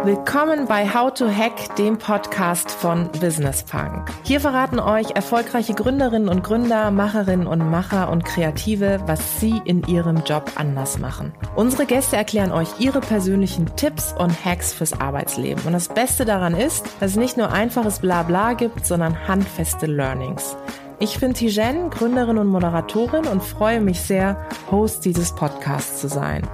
Willkommen bei How to Hack, dem Podcast von Business Punk. Hier verraten euch erfolgreiche Gründerinnen und Gründer, Macherinnen und Macher und Kreative, was sie in ihrem Job anders machen. Unsere Gäste erklären euch ihre persönlichen Tipps und Hacks fürs Arbeitsleben. Und das Beste daran ist, dass es nicht nur einfaches Blabla gibt, sondern handfeste Learnings. Ich bin Tijen, Gründerin und Moderatorin und freue mich sehr, Host dieses Podcasts zu sein.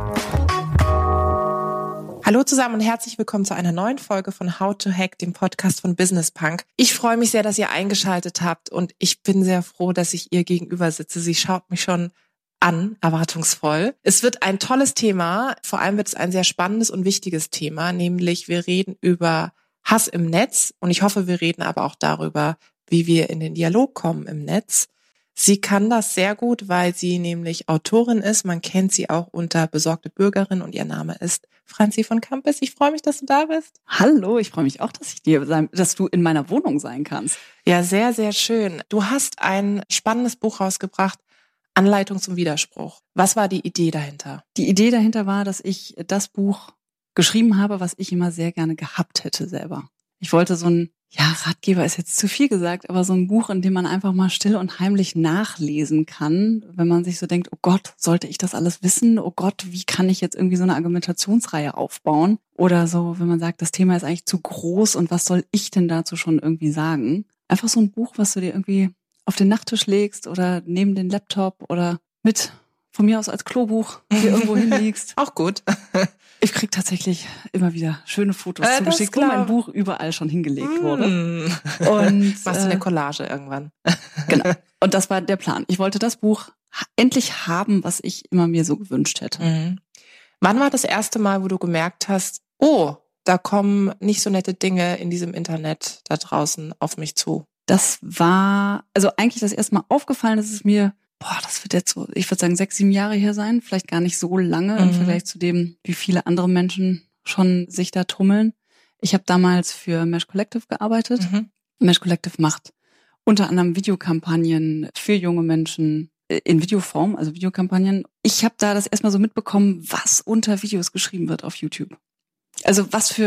Hallo zusammen und herzlich willkommen zu einer neuen Folge von How to Hack, dem Podcast von Business Punk. Ich freue mich sehr, dass ihr eingeschaltet habt und ich bin sehr froh, dass ich ihr gegenüber sitze. Sie schaut mich schon an, erwartungsvoll. Es wird ein tolles Thema, vor allem wird es ein sehr spannendes und wichtiges Thema, nämlich wir reden über Hass im Netz und ich hoffe, wir reden aber auch darüber, wie wir in den Dialog kommen im Netz. Sie kann das sehr gut, weil sie nämlich Autorin ist. Man kennt sie auch unter Besorgte Bürgerin und ihr Name ist Franzi von Kampis. Ich freue mich, dass du da bist. Hallo, ich freue mich auch, dass du in meiner Wohnung sein kannst. Ja, sehr, sehr schön. Du hast ein spannendes Buch rausgebracht, Anleitung zum Widerspruch. Was war die Idee dahinter? Die Idee dahinter war, dass ich das Buch geschrieben habe, was ich immer sehr gerne gehabt hätte selber. Ich wollte so ein, Ratgeber ist jetzt zu viel gesagt, aber so ein Buch, in dem man einfach mal still und heimlich nachlesen kann, wenn man sich so denkt, oh Gott, sollte ich das alles wissen? Oh Gott, wie kann ich jetzt irgendwie so eine Argumentationsreihe aufbauen? Oder so, wenn man sagt, das Thema ist eigentlich zu groß und was soll ich denn dazu schon irgendwie sagen? Einfach so ein Buch, was du dir irgendwie auf den Nachttisch legst oder neben den Laptop oder mit, von mir aus als Klobuch, hier irgendwo hinlegst. Auch gut. Ich krieg tatsächlich immer wieder schöne Fotos zugeschickt, wo mein Buch überall schon hingelegt wurde. Und machst du eine Collage irgendwann. Genau. Und das war der Plan. Ich wollte das Buch endlich haben, was ich immer mir so gewünscht hätte. Mhm. Wann war das erste Mal, wo du gemerkt hast, oh, da kommen nicht so nette Dinge in diesem Internet da draußen auf mich zu? Das war, also eigentlich das erste Mal aufgefallen, dass es mir, das wird jetzt so, ich würde sagen 6, 7 Jahre her sein, vielleicht gar nicht so lange im Vergleich zu dem, wie viele andere Menschen schon sich da tummeln. Ich habe damals für Mesh Collective gearbeitet. Mesh Collective macht unter anderem Videokampagnen für junge Menschen in Videoform, also Videokampagnen. Ich habe da das erstmal so mitbekommen, was unter Videos geschrieben wird auf YouTube. Also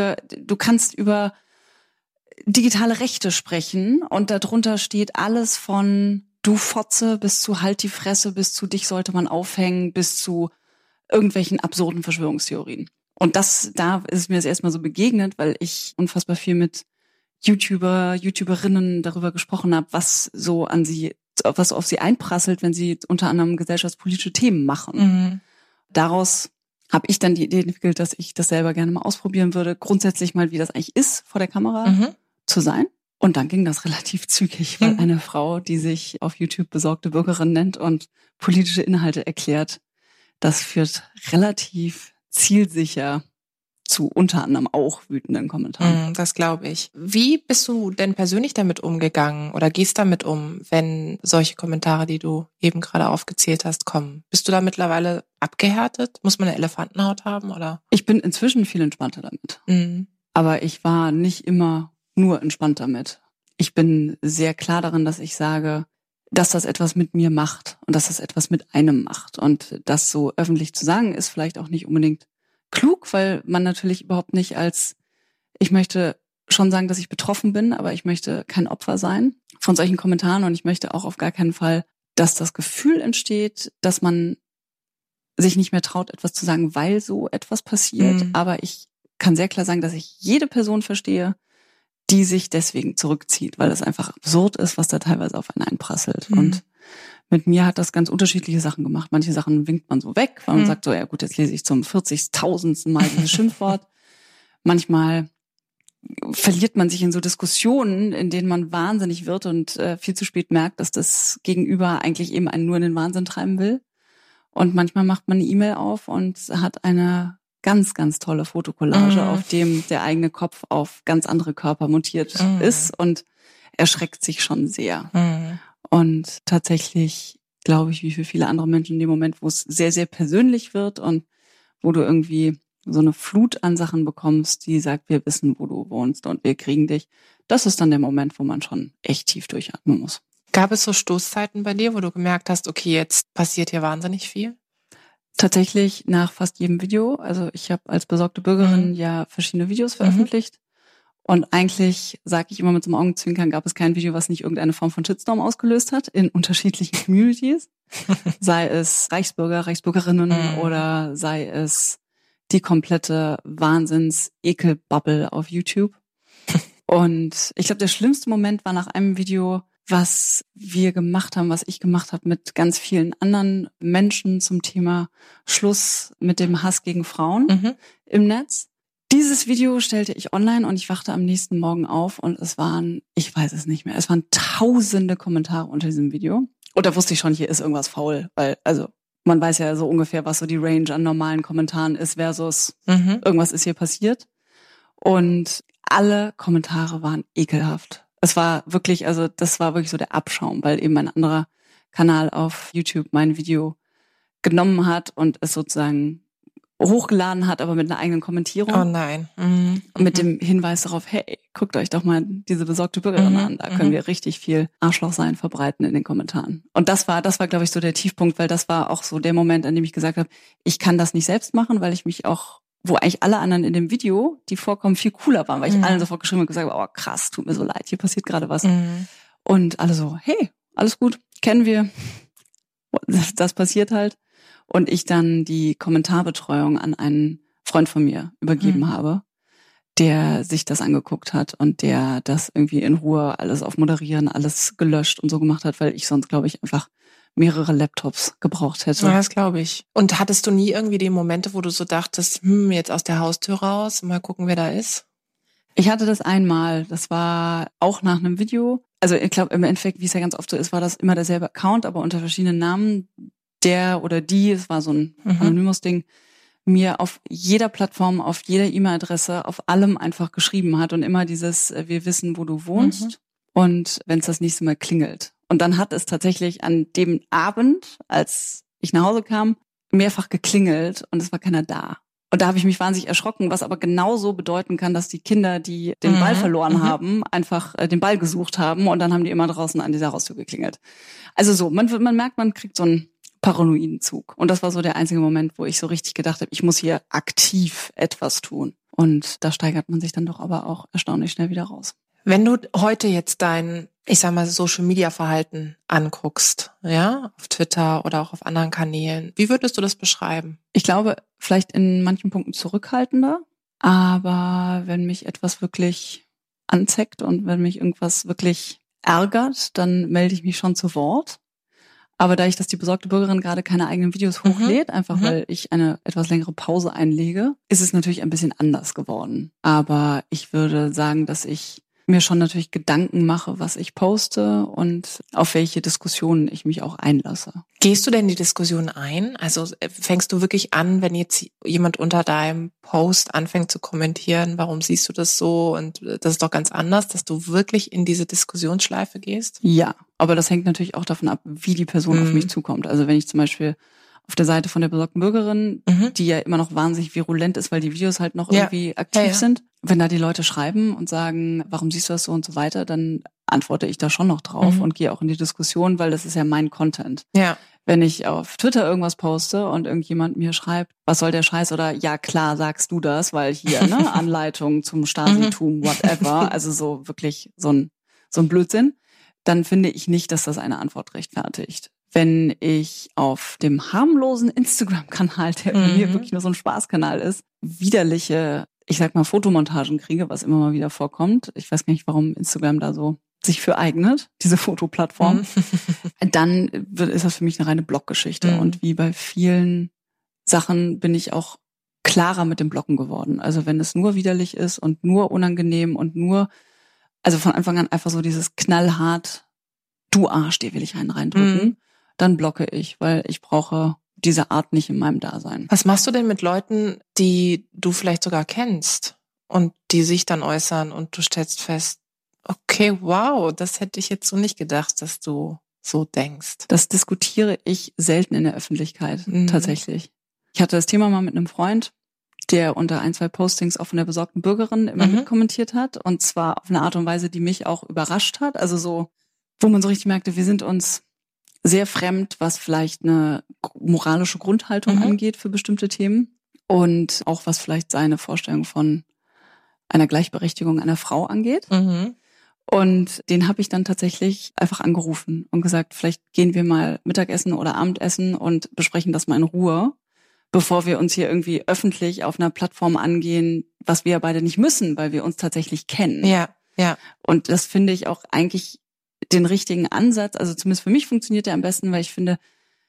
du kannst über digitale Rechte sprechen und darunter steht alles von du Fotze bis zu halt die Fresse, bis zu dich sollte man aufhängen, bis zu irgendwelchen absurden Verschwörungstheorien. Und da ist mir das erstmal so begegnet, weil ich unfassbar viel mit YouTuberinnen darüber gesprochen habe, was auf sie einprasselt, wenn sie unter anderem gesellschaftspolitische Themen machen. Daraus habe ich dann die Idee entwickelt, dass ich das selber gerne mal ausprobieren würde, grundsätzlich mal, wie das eigentlich ist, vor der Kamera zu sein. Und dann ging das relativ zügig, weil eine Frau, die sich auf YouTube besorgte Bürgerin nennt und politische Inhalte erklärt, das führt relativ zielsicher zu unter anderem auch wütenden Kommentaren. Das glaube ich. Wie bist du denn persönlich damit umgegangen oder gehst damit um, wenn solche Kommentare, die du eben gerade aufgezählt hast, kommen? Bist du da mittlerweile abgehärtet? Muss man eine Elefantenhaut haben, oder? Ich bin inzwischen viel entspannter damit. Aber ich war nicht immer nur entspannt damit. Ich bin sehr klar darin, dass ich sage, dass das etwas mit mir macht und dass das etwas mit einem macht. Und das so öffentlich zu sagen, ist vielleicht auch nicht unbedingt klug, weil man natürlich überhaupt nicht ich möchte schon sagen, dass ich betroffen bin, aber ich möchte kein Opfer sein von solchen Kommentaren und ich möchte auch auf gar keinen Fall, dass das Gefühl entsteht, dass man sich nicht mehr traut, etwas zu sagen, weil so etwas passiert. Aber ich kann sehr klar sagen, dass ich jede Person verstehe, die sich deswegen zurückzieht, weil es einfach absurd ist, was da teilweise auf einen einprasselt. Und mit mir hat das ganz unterschiedliche Sachen gemacht. Manche Sachen winkt man so weg, weil man sagt so, ja gut, jetzt lese ich zum 40.000. Mal dieses Schimpfwort. Manchmal verliert man sich in so Diskussionen, in denen man wahnsinnig wird und viel zu spät merkt, dass das Gegenüber eigentlich eben einen nur in den Wahnsinn treiben will. Und manchmal macht man eine E-Mail auf und hat eine ganz, ganz tolle Fotokollage, auf dem der eigene Kopf auf ganz andere Körper montiert ist und erschreckt sich schon sehr. Und tatsächlich glaube ich, wie für viele andere Menschen in dem Moment, wo es sehr, sehr persönlich wird und wo du irgendwie so eine Flut an Sachen bekommst, die sagt, wir wissen, wo du wohnst und wir kriegen dich. Das ist dann der Moment, wo man schon echt tief durchatmen muss. Gab es so Stoßzeiten bei dir, wo du gemerkt hast, okay, jetzt passiert hier wahnsinnig viel? Tatsächlich nach fast jedem Video. Also ich habe als besorgte Bürgerin ja verschiedene Videos veröffentlicht. Und eigentlich, sage ich immer mit so einem Augenzwinkern, gab es kein Video, was nicht irgendeine Form von Shitstorm ausgelöst hat in unterschiedlichen Communities. Sei es Reichsbürger, Reichsbürgerinnen oder sei es die komplette Wahnsinns-Ekel-Bubble auf YouTube. Und ich glaube, der schlimmste Moment war nach einem Video, was wir gemacht haben, was ich gemacht habe mit ganz vielen anderen Menschen zum Thema Schluss mit dem Hass gegen Frauen im Netz. Dieses Video stellte ich online und ich wachte am nächsten Morgen auf und es waren, ich weiß es nicht mehr, es waren tausende Kommentare unter diesem Video. Und da wusste ich schon, hier ist irgendwas faul, weil, also, man weiß ja so ungefähr, was so die Range an normalen Kommentaren ist versus irgendwas ist hier passiert. Und alle Kommentare waren ekelhaft. Es war wirklich, also das war wirklich so der Abschaum, weil eben ein anderer Kanal auf YouTube mein Video genommen hat und es sozusagen hochgeladen hat, aber mit einer eigenen Kommentierung. Oh nein. Mit dem Hinweis darauf, hey, guckt euch doch mal diese besorgte Bürgerin an. Da können wir richtig viel Arschloch sein verbreiten in den Kommentaren. Und das war, glaube ich, so der Tiefpunkt, weil das war auch so der Moment, an dem ich gesagt habe, ich kann das nicht selbst machen, weil ich mich auch, wo eigentlich alle anderen in dem Video, die vorkommen, viel cooler waren, weil ich allen sofort geschrieben und gesagt habe, oh krass, tut mir so leid, hier passiert gerade was. Und alle so, hey, alles gut, kennen wir. Das passiert halt. Und ich dann die Kommentarbetreuung an einen Freund von mir übergeben habe, der sich das angeguckt hat und der das irgendwie in Ruhe alles auf Moderieren, alles gelöscht und so gemacht hat, weil ich sonst, glaube ich, einfach mehrere Laptops gebraucht hätte. Ja, das glaube ich. Und hattest du nie irgendwie die Momente, wo du so dachtest, jetzt aus der Haustür raus, mal gucken, wer da ist? Ich hatte das einmal, das war auch nach einem Video. Also ich glaube, im Endeffekt, wie es ja ganz oft so ist, war das immer derselbe Account, aber unter verschiedenen Namen. Der oder die, es war so ein anonymes Ding, mir auf jeder Plattform, auf jeder E-Mail-Adresse, auf allem einfach geschrieben hat und immer dieses, wir wissen, wo du wohnst und wenn es das nächste Mal klingelt. Und dann hat es tatsächlich an dem Abend, als ich nach Hause kam, mehrfach geklingelt und es war keiner da. Und da habe ich mich wahnsinnig erschrocken, was aber genauso bedeuten kann, dass die Kinder, die den Ball verloren haben, einfach den Ball gesucht haben und dann haben die immer draußen an dieser Haustür geklingelt. Also so, man merkt, man kriegt so einen paranoiden Zug. Und das war so der einzige Moment, wo ich so richtig gedacht habe, ich muss hier aktiv etwas tun. Und da steigert man sich dann doch aber auch erstaunlich schnell wieder raus. Wenn du heute jetzt dein, ich sag mal, Social-Media-Verhalten anguckst, ja, auf Twitter oder auch auf anderen Kanälen, wie würdest du das beschreiben? Ich glaube, vielleicht in manchen Punkten zurückhaltender, aber wenn mich etwas wirklich anzeckt und wenn mich irgendwas wirklich ärgert, dann melde ich mich schon zu Wort. Aber da die besorgte Bürgerin gerade keine eigenen Videos hochlädt, einfach weil ich eine etwas längere Pause einlege, ist es natürlich ein bisschen anders geworden. Aber ich würde sagen, dass ich mir schon natürlich Gedanken mache, was ich poste und auf welche Diskussionen ich mich auch einlasse. Gehst du denn die Diskussion ein? Also fängst du wirklich an, wenn jetzt jemand unter deinem Post anfängt zu kommentieren, warum siehst du das so und das ist doch ganz anders, dass du wirklich in diese Diskussionsschleife gehst? Ja, aber das hängt natürlich auch davon ab, wie die Person auf mich zukommt. Also wenn ich zum Beispiel auf der Seite von der besorgten Bürgerin, die ja immer noch wahnsinnig virulent ist, weil die Videos halt noch irgendwie aktiv sind. Wenn da die Leute schreiben und sagen, warum siehst du das so und so weiter, dann antworte ich da schon noch drauf und gehe auch in die Diskussion, weil das ist ja mein Content. Ja. Wenn ich auf Twitter irgendwas poste und irgendjemand mir schreibt, was soll der Scheiß oder ja klar sagst du das, weil hier Anleitung zum Stasitum, whatever, also so wirklich so ein Blödsinn, dann finde ich nicht, dass das eine Antwort rechtfertigt. Wenn ich auf dem harmlosen Instagram-Kanal, der bei mir wirklich nur so ein Spaßkanal ist, widerliche, ich sag mal, Fotomontagen kriege, was immer mal wieder vorkommt. Ich weiß gar nicht, warum Instagram da so sich für eignet, diese Fotoplattform. Dann ist das für mich eine reine Bloggeschichte. Und wie bei vielen Sachen bin ich auch klarer mit dem Blocken geworden. Also wenn es nur widerlich ist und nur unangenehm und nur, also von Anfang an einfach so dieses knallhart, du Arsch, dir will ich einen reindrücken, dann blocke ich, weil ich brauche diese Art nicht in meinem Dasein. Was machst du denn mit Leuten, die du vielleicht sogar kennst und die sich dann äußern und du stellst fest, okay, wow, das hätte ich jetzt so nicht gedacht, dass du so denkst? Das diskutiere ich selten in der Öffentlichkeit, tatsächlich. Ich hatte das Thema mal mit einem Freund, der unter 1-2 Postings auch von der besorgten Bürgerin immer mitkommentiert hat und zwar auf eine Art und Weise, die mich auch überrascht hat. Also so, wo man so richtig merkte, wir sind uns sehr fremd, was vielleicht eine moralische Grundhaltung angeht für bestimmte Themen und auch was vielleicht seine Vorstellung von einer Gleichberechtigung einer Frau angeht. Und den habe ich dann tatsächlich einfach angerufen und gesagt, vielleicht gehen wir mal Mittagessen oder Abendessen und besprechen das mal in Ruhe, bevor wir uns hier irgendwie öffentlich auf einer Plattform angehen, was wir beide nicht müssen, weil wir uns tatsächlich kennen. Ja. Und das finde ich auch eigentlich den richtigen Ansatz. Also zumindest für mich funktioniert der am besten, weil ich finde,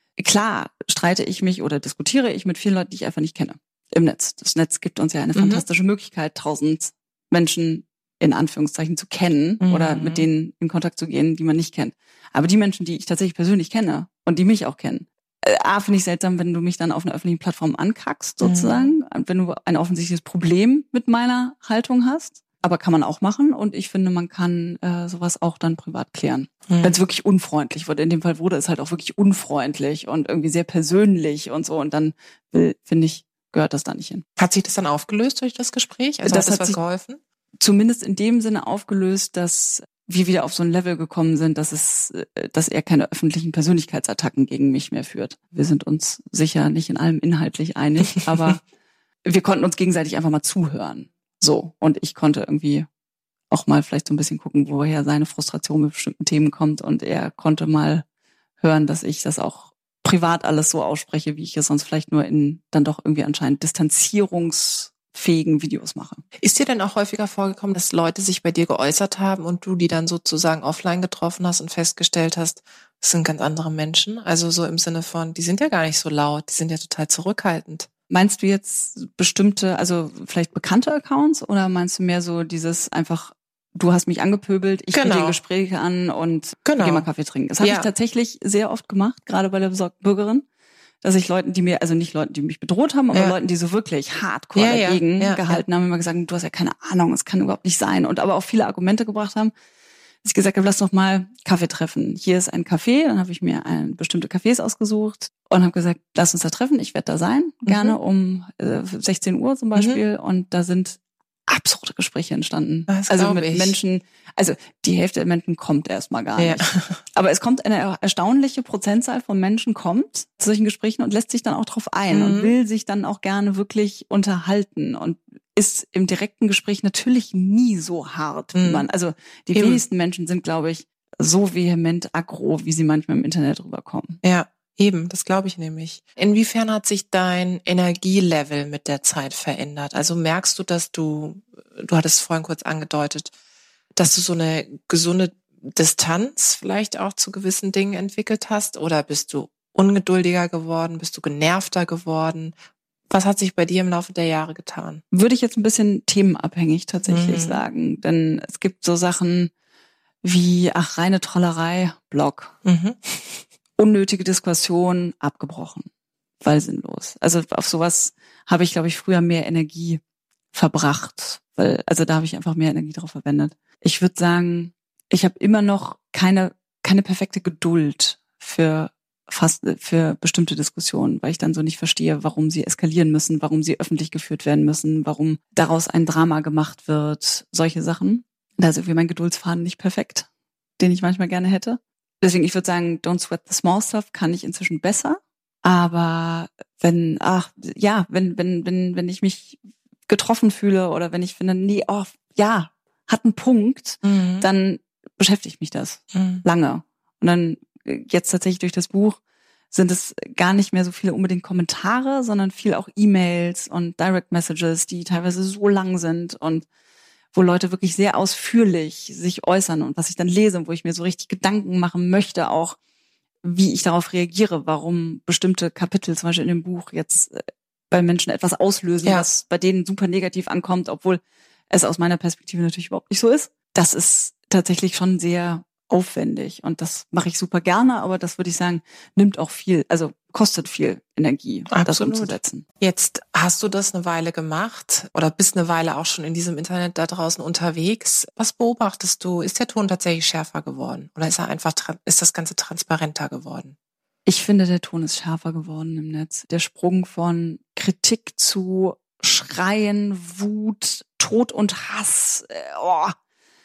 klar streite ich mich oder diskutiere ich mit vielen Leuten, die ich einfach nicht kenne im Netz. Das Netz gibt uns ja eine fantastische Möglichkeit, 1000 Menschen in Anführungszeichen zu kennen oder mit denen in Kontakt zu gehen, die man nicht kennt. Aber die Menschen, die ich tatsächlich persönlich kenne und die mich auch kennen, finde ich seltsam, wenn du mich dann auf einer öffentlichen Plattform ankackst, sozusagen, wenn du ein offensichtliches Problem mit meiner Haltung hast. Aber kann man auch machen und ich finde, man kann sowas auch dann privat klären. Wenn es wirklich unfreundlich wird. In dem Fall wurde es halt auch wirklich unfreundlich und irgendwie sehr persönlich und so. Und dann, finde ich, gehört das da nicht hin. Hat sich das dann aufgelöst durch das Gespräch? Also das hat das was geholfen? Zumindest in dem Sinne aufgelöst, dass wir wieder auf so ein Level gekommen sind, dass er keine öffentlichen Persönlichkeitsattacken gegen mich mehr führt. Wir sind uns sicher nicht in allem inhaltlich einig, aber wir konnten uns gegenseitig einfach mal zuhören. So. Und ich konnte irgendwie auch mal vielleicht so ein bisschen gucken, woher seine Frustration mit bestimmten Themen kommt. Und er konnte mal hören, dass ich das auch privat alles so ausspreche, wie ich es sonst vielleicht nur in dann doch irgendwie anscheinend distanzierungsfähigen Videos mache. Ist dir denn auch häufiger vorgekommen, dass Leute sich bei dir geäußert haben und du die dann sozusagen offline getroffen hast und festgestellt hast, das sind ganz andere Menschen? Also so im Sinne von, die sind ja gar nicht so laut, die sind ja total zurückhaltend. Meinst du jetzt bestimmte, also vielleicht bekannte Accounts oder meinst du mehr so dieses einfach, du hast mich angepöbelt, ich biete Gespräche an und geh mal Kaffee trinken? Das habe ich tatsächlich sehr oft gemacht, gerade bei der besorgten Bürgerin, dass ich Leuten, die mir, also nicht Leuten, die mich bedroht haben, aber Leuten, die so wirklich hardcore dagegen gehalten haben, immer gesagt, du hast ja keine Ahnung, es kann überhaupt nicht sein und aber auch viele Argumente gebracht haben, dass ich gesagt habe, lass doch mal Kaffee treffen. Hier ist ein Café, dann habe ich mir bestimmte Cafés ausgesucht und habe gesagt, lass uns da treffen, ich werde da sein, gerne um 16 Uhr zum Beispiel und da sind absurde Gespräche entstanden. Also mit Menschen, also die Hälfte der Menschen kommt erstmal gar nicht. Aber es kommt eine erstaunliche Prozentzahl von Menschen kommt zu solchen Gesprächen und lässt sich dann auch drauf ein und will sich dann auch gerne wirklich unterhalten und ist im direkten Gespräch natürlich nie so hart, wie man, also die wenigsten Menschen sind, glaube ich, so vehement aggro, wie sie manchmal im Internet rüberkommen. Ja, eben, das glaube ich nämlich. Inwiefern hat sich dein Energielevel mit der Zeit verändert? Also merkst du, dass du hattest es vorhin kurz angedeutet, dass du so eine gesunde Distanz vielleicht auch zu gewissen Dingen entwickelt hast? Oder bist du ungeduldiger geworden? Bist du genervter geworden? Was hat sich bei dir im Laufe der Jahre getan? Würde ich jetzt ein bisschen themenabhängig tatsächlich sagen. Denn es gibt so Sachen wie, reine Trollerei, Blog. Unnötige Diskussion, abgebrochen. Weil sinnlos. Also auf sowas habe ich, glaube ich, früher mehr Energie verbracht. Also da habe ich einfach mehr Energie drauf verwendet. Ich würde sagen, ich habe immer noch keine perfekte Geduld für bestimmte Diskussionen, weil ich dann so nicht verstehe, warum sie eskalieren müssen, warum sie öffentlich geführt werden müssen, warum daraus ein Drama gemacht wird, solche Sachen. Da ist irgendwie mein Geduldsfaden nicht perfekt, den ich manchmal gerne hätte. Deswegen, ich würde sagen, don't sweat the small stuff kann ich inzwischen besser. Aber wenn ich mich getroffen fühle oder wenn ich finde, hat einen Punkt, dann beschäftigt mich das lange. Und dann jetzt tatsächlich durch das Buch sind es gar nicht mehr so viele unbedingt Kommentare, sondern viel auch E-Mails und Direct Messages, die teilweise so lang sind und wo Leute wirklich sehr ausführlich sich äußern und was ich dann lese und wo ich mir so richtig Gedanken machen möchte, auch wie ich darauf reagiere, warum bestimmte Kapitel zum Beispiel in dem Buch jetzt bei Menschen etwas auslösen, was bei denen super negativ ankommt, obwohl es aus meiner Perspektive natürlich überhaupt nicht so ist. Das ist tatsächlich schon sehr aufwendig und das mache ich super gerne, aber das würde ich sagen, nimmt auch viel, also kostet viel Energie, das umzusetzen. Jetzt hast du das eine Weile gemacht oder bist eine Weile auch schon in diesem Internet da draußen unterwegs. Was beobachtest du? Ist der Ton tatsächlich schärfer geworden oder ist das Ganze transparenter geworden? Ich finde, der Ton ist schärfer geworden im Netz. Der Sprung von Kritik zu Schreien, Wut, Tod und Hass,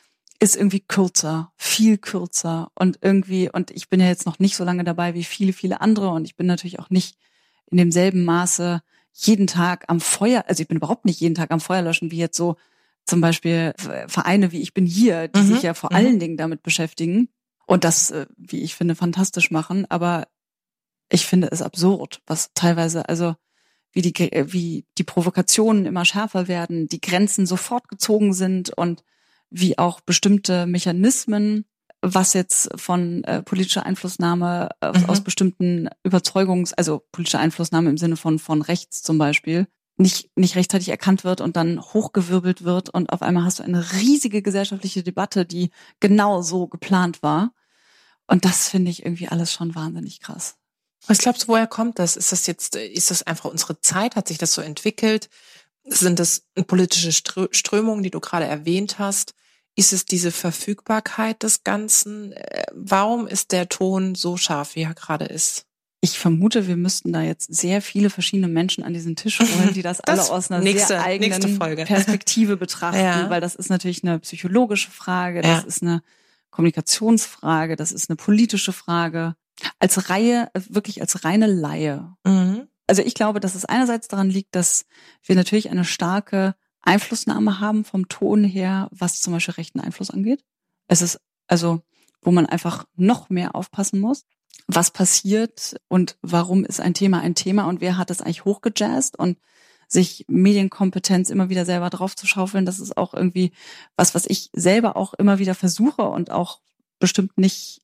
ist irgendwie kürzer, viel kürzer und ich bin ja jetzt noch nicht so lange dabei wie viele, viele andere und ich bin natürlich auch nicht in demselben Maße jeden Tag am Feuer, also ich bin überhaupt nicht jeden Tag am Feuer löschen, wie jetzt so zum Beispiel Vereine wie Ich bin hier, die sich ja vor allen Dingen damit beschäftigen und das, wie ich finde, fantastisch machen, aber ich finde es absurd, was teilweise, also wie die Provokationen immer schärfer werden, die Grenzen sofort gezogen sind und wie auch bestimmte Mechanismen, was jetzt von politischer Einflussnahme aus bestimmten also politische Einflussnahme im Sinne von rechts zum Beispiel, nicht rechtzeitig erkannt wird und dann hochgewirbelt wird und auf einmal hast du eine riesige gesellschaftliche Debatte, die genau so geplant war. Und das finde ich irgendwie alles schon wahnsinnig krass. Was glaubst du, woher kommt das? Ist das einfach unsere Zeit? Hat sich das so entwickelt? Sind das politische Strömungen, die du gerade erwähnt hast? Ist es diese Verfügbarkeit des Ganzen? Warum ist der Ton so scharf, wie er gerade ist? Ich vermute, wir müssten da jetzt sehr viele verschiedene Menschen an diesen Tisch holen, die das alle aus einer sehr eigenen Perspektive betrachten, weil das ist natürlich eine psychologische Frage, das ist eine Kommunikationsfrage, das ist eine politische Frage. Wirklich als reine Laie. Also ich glaube, dass es einerseits daran liegt, dass wir natürlich eine starke Einflussnahme haben vom Ton her, was zum Beispiel rechten Einfluss angeht. Es ist also, wo man einfach noch mehr aufpassen muss, was passiert und warum ist ein Thema und wer hat es eigentlich hochgejazzt und sich Medienkompetenz immer wieder selber draufzuschaufeln, das ist auch irgendwie was ich selber auch immer wieder versuche und auch bestimmt nicht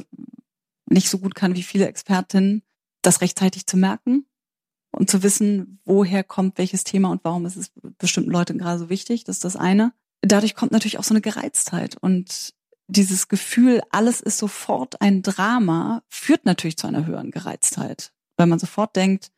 so gut kann wie viele Expertinnen, das rechtzeitig zu merken und zu wissen, woher kommt welches Thema und warum ist es bestimmten Leuten gerade so wichtig. Das ist das eine. Dadurch kommt natürlich auch so eine Gereiztheit und dieses Gefühl, alles ist sofort ein Drama, führt natürlich zu einer höheren Gereiztheit, weil man sofort denkt,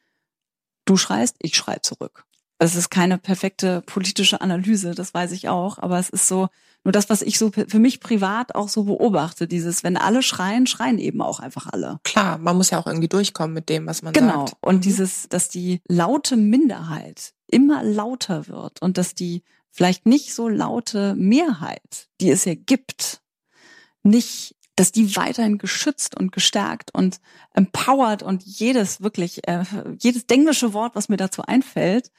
du schreist, ich schreie zurück. Es ist keine perfekte politische Analyse, das weiß ich auch, aber es ist so, nur das, was ich so für mich privat auch so beobachte, dieses, wenn alle schreien, schreien eben auch einfach alle. Klar, man muss ja auch irgendwie durchkommen mit dem, was man sagt. Genau, und dieses, dass die laute Minderheit immer lauter wird und dass die vielleicht nicht so laute Mehrheit, die es ja gibt, nicht, dass die weiterhin geschützt und gestärkt und empowered und jedes englische Wort, was mir dazu einfällt,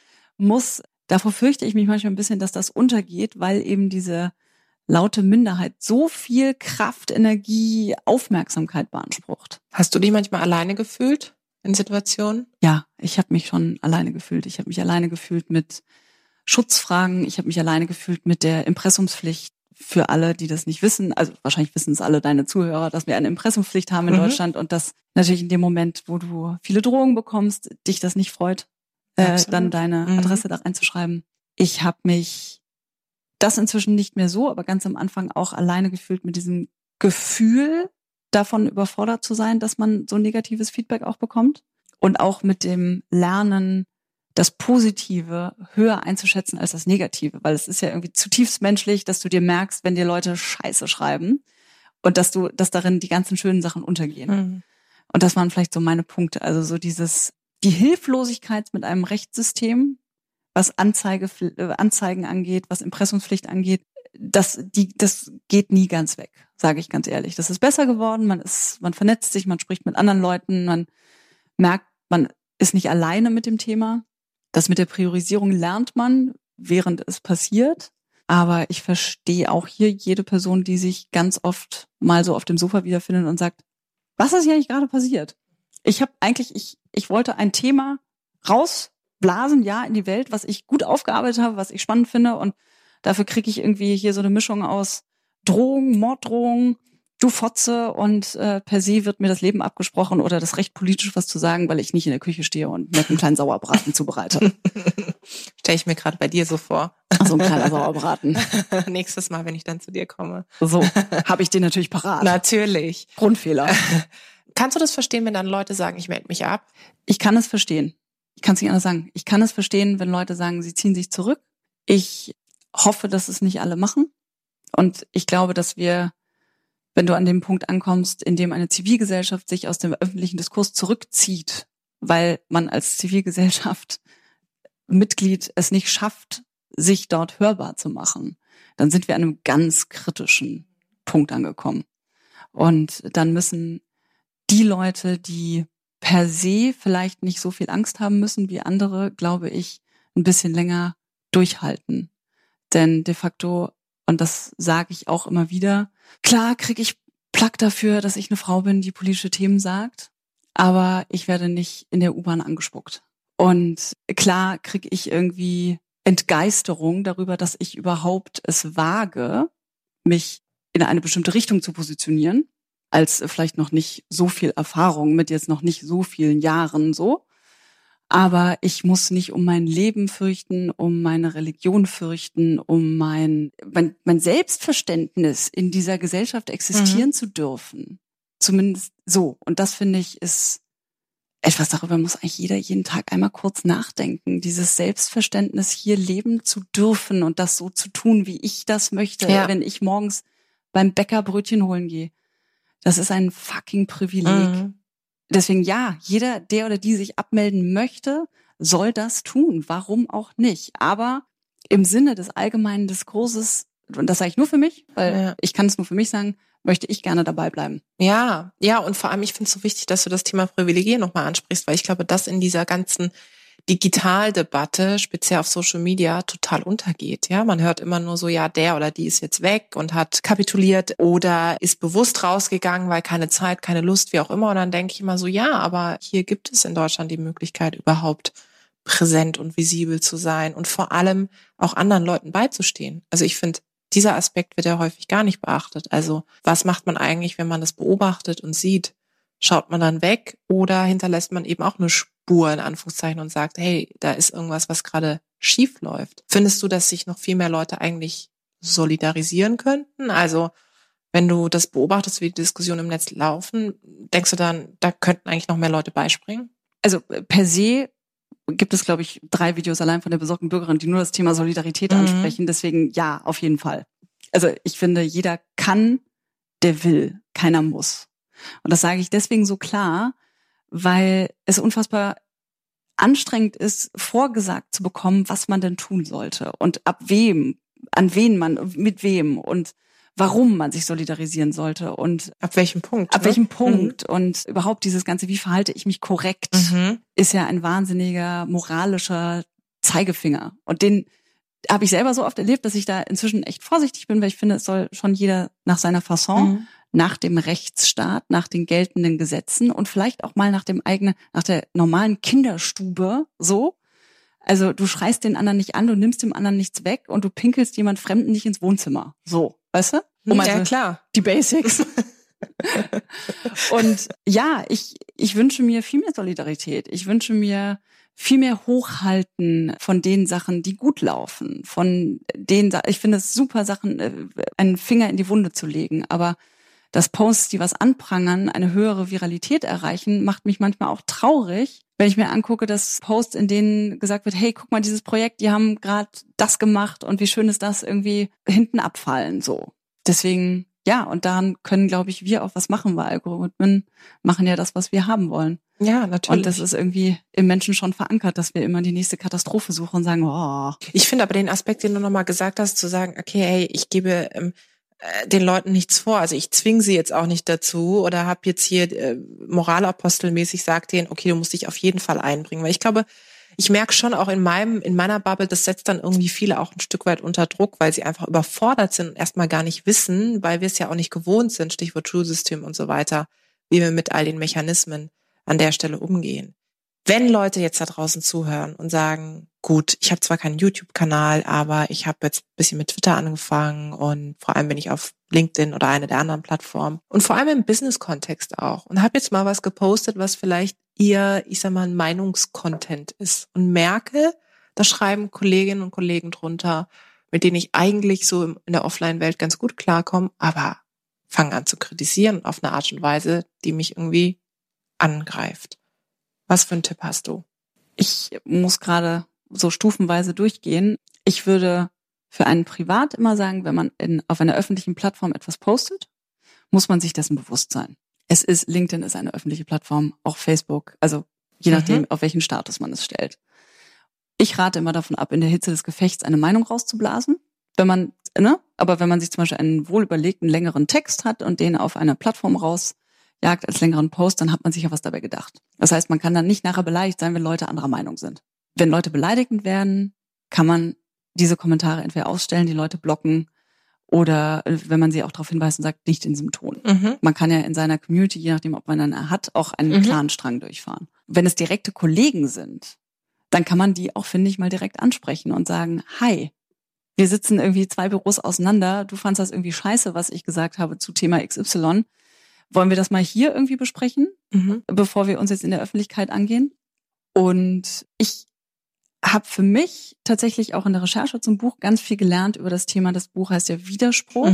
davor fürchte ich mich manchmal ein bisschen, dass das untergeht, weil eben diese laute Minderheit so viel Kraft, Energie, Aufmerksamkeit beansprucht. Hast du dich manchmal alleine gefühlt in Situationen? Ja, ich habe mich schon alleine gefühlt. Ich habe mich alleine gefühlt mit Schutzfragen. Ich habe mich alleine gefühlt mit der Impressumspflicht. Für alle, die das nicht wissen, also wahrscheinlich wissen es alle deine Zuhörer, dass wir eine Impressumspflicht haben in Deutschland und dass natürlich in dem Moment, wo du viele Drohungen bekommst, dich das nicht freut, dann deine Adresse da reinzuschreiben. Ich habe mich das inzwischen nicht mehr so, aber ganz am Anfang auch alleine gefühlt mit diesem Gefühl, davon überfordert zu sein, dass man so negatives Feedback auch bekommt und auch mit dem Lernen, das Positive höher einzuschätzen als das Negative, weil es ist ja irgendwie zutiefst menschlich, dass du dir merkst, wenn dir Leute Scheiße schreiben und dass darin die ganzen schönen Sachen untergehen. Und das waren vielleicht so meine Punkte, also so die Hilflosigkeit mit einem Rechtssystem, was Anzeigen angeht, was Impressumspflicht angeht, das geht nie ganz weg, sage ich ganz ehrlich. Das ist besser geworden, man vernetzt sich, man spricht mit anderen Leuten, man merkt, man ist nicht alleine mit dem Thema. Das mit der Priorisierung lernt man, während es passiert. Aber ich verstehe auch hier jede Person, die sich ganz oft mal so auf dem Sofa wiederfindet und sagt, was ist hier eigentlich gerade passiert? Ich wollte ein Thema rausblasen, in die Welt, was ich gut aufgearbeitet habe, was ich spannend finde. Und dafür kriege ich irgendwie hier so eine Mischung aus Drohung, Morddrohung, du Fotze und per se wird mir das Leben abgesprochen oder das Recht, politisch was zu sagen, weil ich nicht in der Küche stehe und mir einen kleinen Sauerbraten zubereite. Stelle ich mir gerade bei dir so vor. So ein kleiner Sauerbraten. Nächstes Mal, wenn ich dann zu dir komme. So, habe ich den natürlich parat. Natürlich. Grundfehler. Kannst du das verstehen, wenn dann Leute sagen, ich melde mich ab? Ich kann es verstehen. Ich kann es nicht anders sagen. Ich kann es verstehen, wenn Leute sagen, sie ziehen sich zurück. Ich hoffe, dass es nicht alle machen. Und ich glaube, dass wenn du an dem Punkt ankommst, in dem eine Zivilgesellschaft sich aus dem öffentlichen Diskurs zurückzieht, weil man als Zivilgesellschaft Mitglied es nicht schafft, sich dort hörbar zu machen, dann sind wir an einem ganz kritischen Punkt angekommen. Und dann müssen die Leute, die per se vielleicht nicht so viel Angst haben müssen wie andere, glaube ich, ein bisschen länger durchhalten. Denn de facto, und das sage ich auch immer wieder, klar kriege ich Plack dafür, dass ich eine Frau bin, die politische Themen sagt, aber ich werde nicht in der U-Bahn angespuckt. Und klar kriege ich irgendwie Entgeisterung darüber, dass ich überhaupt es wage, mich in eine bestimmte Richtung zu positionieren, als vielleicht noch nicht so viel Erfahrung mit jetzt noch nicht so vielen Jahren so. Aber ich muss nicht um mein Leben fürchten, um meine Religion fürchten, um mein Selbstverständnis in dieser Gesellschaft existieren zu dürfen. Zumindest so. Und das, finde ich, ist etwas, darüber muss eigentlich jeder jeden Tag einmal kurz nachdenken. Dieses Selbstverständnis, hier leben zu dürfen und das so zu tun, wie ich das möchte, wenn ich morgens beim Bäcker Brötchen holen gehe. Das ist ein fucking Privileg. Deswegen ja, jeder, der oder die sich abmelden möchte, soll das tun. Warum auch nicht? Aber im Sinne des allgemeinen Diskurses, und das sage ich nur für mich, weil ich kann es nur für mich sagen, möchte ich gerne dabei bleiben. Ja, und vor allem, ich finde es so wichtig, dass du das Thema Privilegien nochmal ansprichst, weil ich glaube, dass in dieser ganzen Digitaldebatte, speziell auf Social Media, total untergeht. Ja, man hört immer nur so, ja, der oder die ist jetzt weg und hat kapituliert oder ist bewusst rausgegangen, weil keine Zeit, keine Lust, wie auch immer. Und dann denke ich immer so, ja, aber hier gibt es in Deutschland die Möglichkeit, überhaupt präsent und visibel zu sein und vor allem auch anderen Leuten beizustehen. Also ich finde, dieser Aspekt wird ja häufig gar nicht beachtet. Also was macht man eigentlich, wenn man das beobachtet und sieht? Schaut man dann weg oder hinterlässt man eben auch eine Spur in Anführungszeichen und sagt, hey, da ist irgendwas, was gerade schief läuft. Findest du, dass sich noch viel mehr Leute eigentlich solidarisieren könnten? Also wenn du das beobachtest, wie die Diskussionen im Netz laufen, denkst du dann, da könnten eigentlich noch mehr Leute beispringen? Also per se gibt es, glaube ich, 3 Videos allein von der besorgten Bürgerin, die nur das Thema Solidarität ansprechen. Deswegen ja, auf jeden Fall. Also ich finde, jeder kann, der will, keiner muss. Und das sage ich deswegen so klar, weil es unfassbar anstrengend ist, vorgesagt zu bekommen, was man denn tun sollte und ab wem, an wen man, mit wem und warum man sich solidarisieren sollte und ab welchem Punkt. Und überhaupt dieses ganze, wie verhalte ich mich korrekt, ist ja ein wahnsinniger moralischer Zeigefinger. Und den habe ich selber so oft erlebt, dass ich da inzwischen echt vorsichtig bin, weil ich finde, es soll schon jeder nach seiner Fasson, nach dem Rechtsstaat, nach den geltenden Gesetzen und vielleicht auch mal nach der normalen Kinderstube so. Also du schreist den anderen nicht an, du nimmst dem anderen nichts weg und du pinkelst jemand Fremden nicht ins Wohnzimmer. So, weißt du? Ja, klar. Die Basics. Und ja, ich wünsche mir viel mehr Solidarität. Ich wünsche mir viel mehr Hochhalten von den Sachen, die gut laufen. Ich finde es super, Sachen, einen Finger in die Wunde zu legen. Aber dass Posts, die was anprangern, eine höhere Viralität erreichen, macht mich manchmal auch traurig, wenn ich mir angucke, dass Posts, in denen gesagt wird, hey, guck mal, dieses Projekt, die haben gerade das gemacht und wie schön ist das, irgendwie hinten abfallen, so. Deswegen, ja, und daran können, glaube ich, wir auch was machen, weil Algorithmen machen ja das, was wir haben wollen. Ja, natürlich. Und das ist irgendwie im Menschen schon verankert, dass wir immer die nächste Katastrophe suchen und sagen, oh. Ich finde aber den Aspekt, den du nochmal gesagt hast, zu sagen, okay, hey, ich gebe den Leuten nichts vor. Also ich zwinge sie jetzt auch nicht dazu oder habe jetzt hier moralapostelmäßig sagt denen, okay, du musst dich auf jeden Fall einbringen. Weil ich glaube, ich merke schon auch in meiner Bubble, das setzt dann irgendwie viele auch ein Stück weit unter Druck, weil sie einfach überfordert sind und erstmal gar nicht wissen, weil wir es ja auch nicht gewohnt sind, Stichwort Schulsystem und so weiter, wie wir mit all den Mechanismen an der Stelle umgehen. Wenn Leute jetzt da draußen zuhören und sagen, gut, ich habe zwar keinen YouTube-Kanal, aber ich habe jetzt ein bisschen mit Twitter angefangen und vor allem bin ich auf LinkedIn oder eine der anderen Plattformen und vor allem im Business-Kontext auch und habe jetzt mal was gepostet, was vielleicht eher, ich sag mal, ein Meinungscontent ist und merke, da schreiben Kolleginnen und Kollegen drunter, mit denen ich eigentlich so in der Offline-Welt ganz gut klarkomme, aber fangen an zu kritisieren auf eine Art und Weise, die mich irgendwie angreift. Was für einen Tipp hast du? Ich muss gerade so stufenweise durchgehen. Ich würde für einen privat immer sagen, wenn man auf einer öffentlichen Plattform etwas postet, muss man sich dessen bewusst sein. LinkedIn ist eine öffentliche Plattform, auch Facebook, also je nachdem, auf welchen Status man es stellt. Ich rate immer davon ab, in der Hitze des Gefechts eine Meinung rauszublasen. Wenn man ne? Aber wenn man sich zum Beispiel einen wohlüberlegten, längeren Text hat und den auf einer Plattform rausjagt als längeren Post, dann hat man sich ja was dabei gedacht. Das heißt, man kann dann nicht nachher beleidigt sein, wenn Leute anderer Meinung sind. Wenn Leute beleidigend werden, kann man diese Kommentare entweder ausstellen, die Leute blocken oder wenn man sie auch darauf hinweist und sagt, nicht in diesem Ton. Man kann ja in seiner Community, je nachdem, ob man einen hat, auch einen klaren Strang durchfahren. Wenn es direkte Kollegen sind, dann kann man die auch, finde ich, mal direkt ansprechen und sagen, hi, wir sitzen irgendwie 2 Büros auseinander, du fandst das irgendwie scheiße, was ich gesagt habe zu Thema XY. Wollen wir das mal hier irgendwie besprechen, bevor wir uns jetzt in der Öffentlichkeit angehen? Und ich habe für mich tatsächlich auch in der Recherche zum Buch ganz viel gelernt über das Thema. Das Buch heißt ja Widerspruch.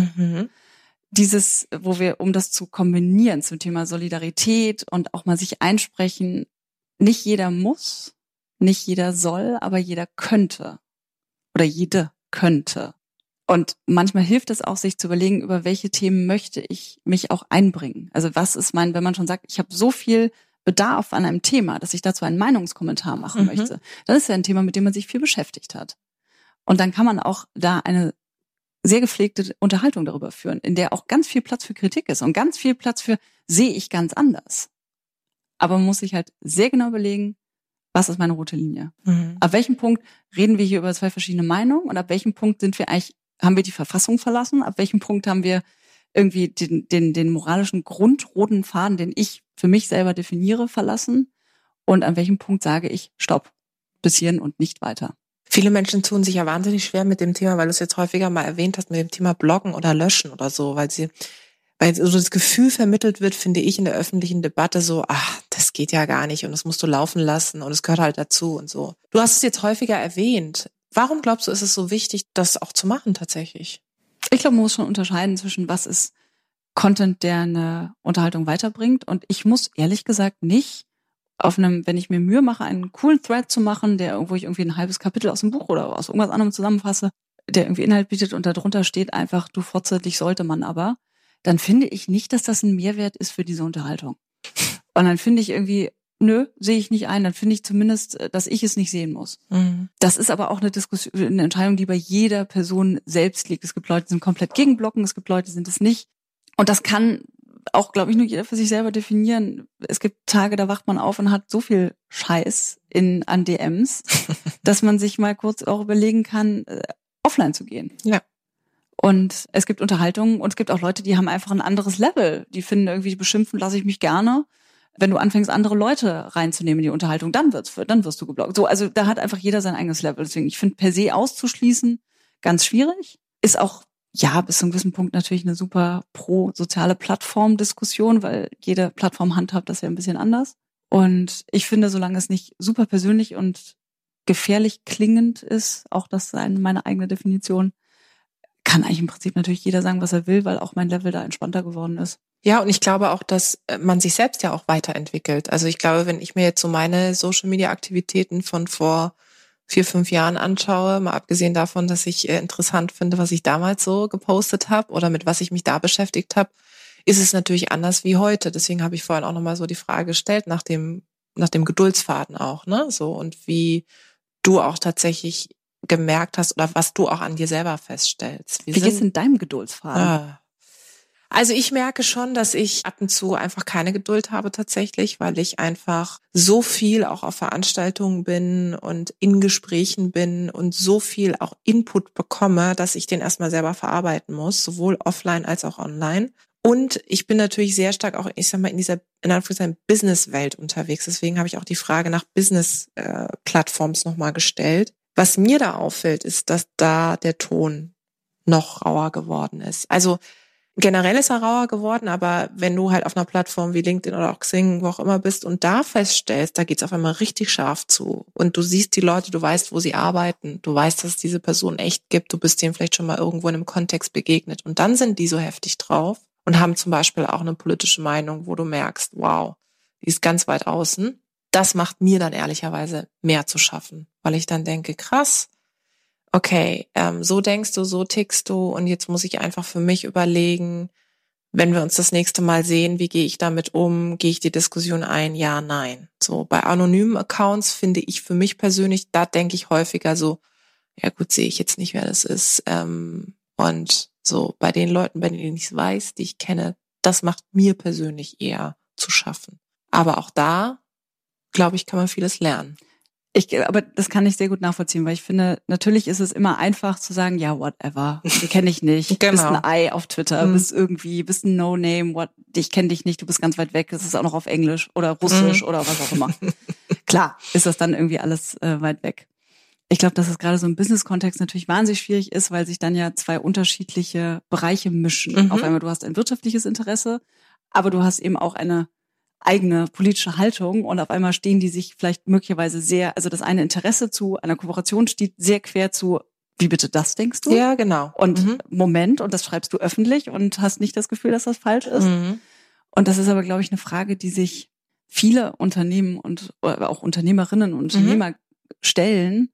Dieses, wo wir, um das zu kombinieren zum Thema Solidarität und auch mal sich einsprechen, nicht jeder muss, nicht jeder soll, aber jeder könnte oder jede könnte. Und manchmal hilft es auch, sich zu überlegen, über welche Themen möchte ich mich auch einbringen. Also was ist wenn man schon sagt, ich habe so viel Bedarf an einem Thema, dass ich dazu einen Meinungskommentar machen möchte, dann ist ja ein Thema, mit dem man sich viel beschäftigt hat. Und dann kann man auch da eine sehr gepflegte Unterhaltung darüber führen, in der auch ganz viel Platz für Kritik ist und ganz viel Platz für sehe ich ganz anders. Aber man muss sich halt sehr genau überlegen, was ist meine rote Linie? Ab welchem Punkt reden wir hier über 2 verschiedene Meinungen und ab welchem Punkt haben wir die Verfassung verlassen? Ab welchem Punkt haben wir irgendwie den moralischen grundroten Faden, den ich für mich selber definiere, verlassen? Und an welchem Punkt sage ich, stopp, bis hierhin und nicht weiter? Viele Menschen tun sich ja wahnsinnig schwer mit dem Thema, weil du es jetzt häufiger mal erwähnt hast, mit dem Thema Bloggen oder Löschen oder so, weil so das Gefühl vermittelt wird, finde ich, in der öffentlichen Debatte so, das geht ja gar nicht und das musst du laufen lassen und es gehört halt dazu und so. Du hast es jetzt häufiger erwähnt. Warum glaubst du, ist es so wichtig, das auch zu machen tatsächlich? Ich glaube, man muss schon unterscheiden zwischen was ist Content, der eine Unterhaltung weiterbringt. Und ich muss ehrlich gesagt nicht wenn ich mir Mühe mache, einen coolen Thread zu machen, wo ich irgendwie ein halbes Kapitel aus dem Buch oder aus irgendwas anderem zusammenfasse, der irgendwie Inhalt bietet und darunter steht einfach, du Fotze, dich sollte man aber, dann finde ich nicht, dass das ein Mehrwert ist für diese Unterhaltung. Und dann finde ich irgendwie, nö, sehe ich nicht ein. Dann finde ich zumindest, dass ich es nicht sehen muss. Das ist aber auch eine Diskussion, eine Entscheidung, die bei jeder Person selbst liegt. Es gibt Leute, die sind komplett gegen Blocken, es gibt Leute, die sind es nicht. Und das kann auch, glaube ich, nur jeder für sich selber definieren. Es gibt Tage, da wacht man auf und hat so viel Scheiß an DMs, dass man sich mal kurz auch überlegen kann, offline zu gehen. Ja. Und es gibt Unterhaltungen und es gibt auch Leute, die haben einfach ein anderes Level. Die finden irgendwie, beschimpfen lasse ich mich gerne. Wenn du anfängst, andere Leute reinzunehmen in die Unterhaltung, dann wirst du geblockt. So, also da hat einfach jeder sein eigenes Level. Deswegen, ich finde per se auszuschließen ganz schwierig. Ist auch, ja, bis zu einem gewissen Punkt natürlich eine super pro-soziale Plattform-Diskussion, weil jede Plattform handhabt das ja ein bisschen anders. Und ich finde, solange es nicht super persönlich und gefährlich klingend ist, auch das ist meine eigene Definition, kann eigentlich im Prinzip natürlich jeder sagen, was er will, weil auch mein Level da entspannter geworden ist. Ja, und ich glaube auch, dass man sich selbst ja auch weiterentwickelt. Also ich glaube, wenn ich mir jetzt so meine Social-Media-Aktivitäten von vor 4-5 Jahren anschaue, mal abgesehen davon, dass ich interessant finde, was ich damals so gepostet habe oder mit was ich mich da beschäftigt habe, ist es natürlich anders wie heute. Deswegen habe ich vorhin auch nochmal so die Frage gestellt nach dem Geduldsfaden auch, ne? So, und wie du auch tatsächlich gemerkt hast oder was du auch an dir selber feststellst. Wie geht's in deinem Geduldsfaden? Also ich merke schon, dass ich ab und zu einfach keine Geduld habe tatsächlich, weil ich einfach so viel auch auf Veranstaltungen bin und in Gesprächen bin und so viel auch Input bekomme, dass ich den erstmal selber verarbeiten muss, sowohl offline als auch online. Und ich bin natürlich sehr stark auch, ich sag mal, in dieser, in Anführungszeichen, Business-Welt unterwegs. Deswegen habe ich auch die Frage nach Business-Plattforms nochmal gestellt. Was mir da auffällt, ist, dass da der Ton noch rauer geworden ist. Also generell ist er rauer geworden, aber wenn du halt auf einer Plattform wie LinkedIn oder auch Xing, wo auch immer bist und da feststellst, da geht's auf einmal richtig scharf zu und du siehst die Leute, du weißt, wo sie arbeiten, du weißt, dass es diese Person echt gibt, du bist denen vielleicht schon mal irgendwo in einem Kontext begegnet und dann sind die so heftig drauf und haben zum Beispiel auch eine politische Meinung, wo du merkst, wow, die ist ganz weit außen. Das macht mir dann ehrlicherweise mehr zu schaffen, weil ich dann denke, krass, okay, so denkst du, so tickst du und jetzt muss ich einfach für mich überlegen, wenn wir uns das nächste Mal sehen, wie gehe ich damit um, gehe ich die Diskussion ein, ja, nein. So bei anonymen Accounts finde ich für mich persönlich, da denke ich häufiger so, ja gut, sehe ich jetzt nicht, wer das ist, Und so bei den Leuten, bei denen ich es weiß, die ich kenne, das macht mir persönlich eher zu schaffen. Aber auch da, glaube ich, kann man vieles lernen. Aber das kann ich sehr gut nachvollziehen, weil ich finde, natürlich ist es immer einfach zu sagen, ja, whatever, die kenne ich nicht, genau. Bist ein Ei auf Twitter, bist ein No-Name, ich kenne dich nicht, du bist ganz weit weg, es ist auch noch auf Englisch oder Russisch oder was auch immer. Klar, ist das dann irgendwie alles weit weg. Ich glaube, dass es gerade so im Business-Kontext natürlich wahnsinnig schwierig ist, weil sich dann ja zwei unterschiedliche Bereiche mischen. Auf einmal, du hast ein wirtschaftliches Interesse, aber du hast eben auch eine eigene politische Haltung und auf einmal stehen die sich vielleicht möglicherweise sehr, also das eine Interesse zu einer Kooperation steht sehr quer zu, wie bitte das denkst du? Ja, genau. Und Moment, und das schreibst du öffentlich und hast nicht das Gefühl, dass das falsch ist. Und das ist aber, glaube ich, eine Frage, die sich viele Unternehmen und auch Unternehmerinnen und Unternehmer stellen.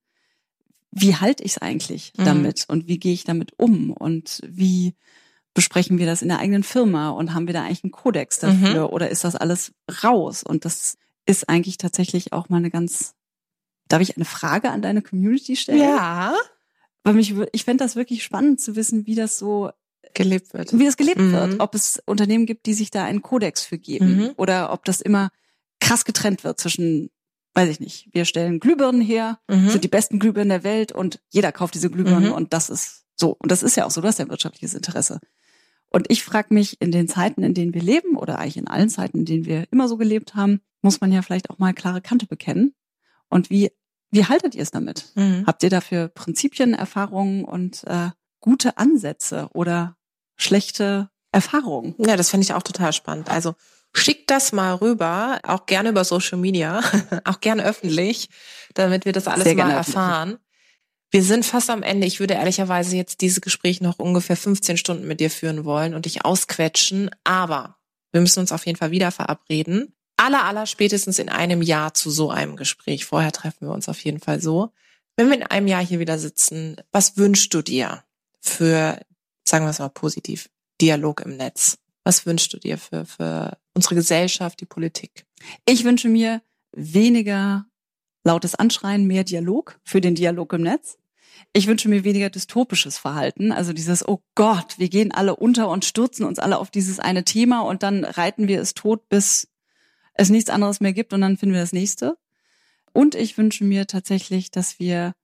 Wie halte ich es eigentlich damit und wie gehe ich damit um und wie besprechen wir das in der eigenen Firma und haben wir da eigentlich einen Kodex dafür oder ist das alles raus? Und das ist eigentlich tatsächlich auch mal eine ganz, darf ich eine Frage an deine Community stellen? Ja. Weil ich fände das wirklich spannend zu wissen, wie das so gelebt wird. Wie es gelebt wird. Ob es Unternehmen gibt, die sich da einen Kodex für geben oder ob das immer krass getrennt wird zwischen, weiß ich nicht, wir stellen Glühbirnen her, sind die besten Glühbirnen der Welt und jeder kauft diese Glühbirnen und das ist so. Und das ist ja auch so, du hast ja ein wirtschaftliches Interesse. Und ich frage mich, in den Zeiten, in denen wir leben, oder eigentlich in allen Zeiten, in denen wir immer so gelebt haben, muss man ja vielleicht auch mal klare Kante bekennen. Und wie haltet ihr es damit? Habt ihr dafür Prinzipien, Erfahrungen und gute Ansätze oder schlechte Erfahrungen? Ja, das finde ich auch total spannend. Also schickt das mal rüber, auch gerne über Social Media, auch gerne öffentlich, damit wir das alles mal erfahren. Wir sind fast am Ende. Ich würde ehrlicherweise jetzt dieses Gespräch noch ungefähr 15 Stunden mit dir führen wollen und dich ausquetschen. Aber wir müssen uns auf jeden Fall wieder verabreden. Aller spätestens in einem Jahr zu so einem Gespräch. Vorher treffen wir uns auf jeden Fall so. Wenn wir in einem Jahr hier wieder sitzen, was wünschst du dir für, sagen wir es mal positiv, Dialog im Netz? Was wünschst du dir für unsere Gesellschaft, die Politik? Ich wünsche mir weniger lautes Anschreien, mehr Dialog für den Dialog im Netz. Ich wünsche mir weniger dystopisches Verhalten, also dieses, oh Gott, wir gehen alle unter und stürzen uns alle auf dieses eine Thema und dann reiten wir es tot, bis es nichts anderes mehr gibt und dann finden wir das nächste. Und ich wünsche mir tatsächlich, dass wir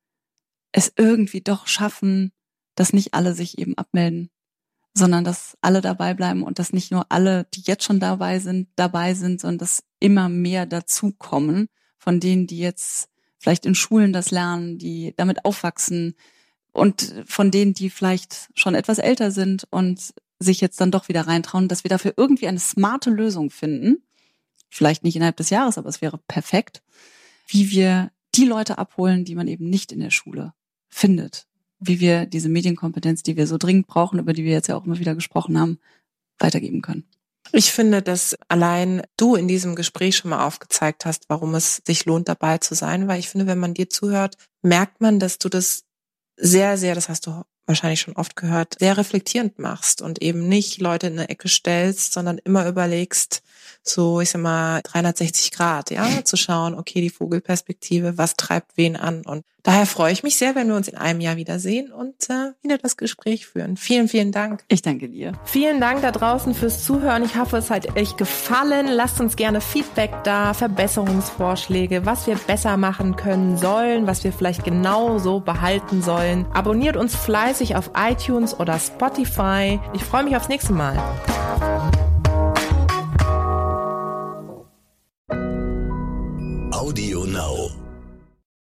es irgendwie doch schaffen, dass nicht alle sich eben abmelden, sondern dass alle dabei bleiben und dass nicht nur alle, die jetzt schon dabei sind, sondern dass immer mehr dazukommen von denen, die jetzt vielleicht in Schulen das lernen, die damit aufwachsen und von denen, die vielleicht schon etwas älter sind und sich jetzt dann doch wieder reintrauen, dass wir dafür irgendwie eine smarte Lösung finden. Vielleicht nicht innerhalb des Jahres, aber es wäre perfekt, wie wir die Leute abholen, die man eben nicht in der Schule findet. Wie wir diese Medienkompetenz, die wir so dringend brauchen, über die wir jetzt ja auch immer wieder gesprochen haben, weitergeben können. Ich finde, dass allein du in diesem Gespräch schon mal aufgezeigt hast, warum es sich lohnt, dabei zu sein, weil ich finde, wenn man dir zuhört, merkt man, dass du das sehr, sehr, das hast du wahrscheinlich schon oft gehört, sehr reflektierend machst und eben nicht Leute in eine Ecke stellst, sondern immer überlegst, so, ich sag mal, 360 Grad, ja, zu schauen, okay, die Vogelperspektive, was treibt wen an? Und daher freue ich mich sehr, wenn wir uns in einem Jahr wiedersehen und wieder das Gespräch führen. Vielen, vielen Dank. Ich danke dir. Vielen Dank da draußen fürs Zuhören. Ich hoffe, es hat euch gefallen. Lasst uns gerne Feedback da, Verbesserungsvorschläge, was wir besser machen können sollen, was wir vielleicht genau so behalten sollen. Abonniert uns fleißig auf iTunes oder Spotify. Ich freue mich aufs nächste Mal.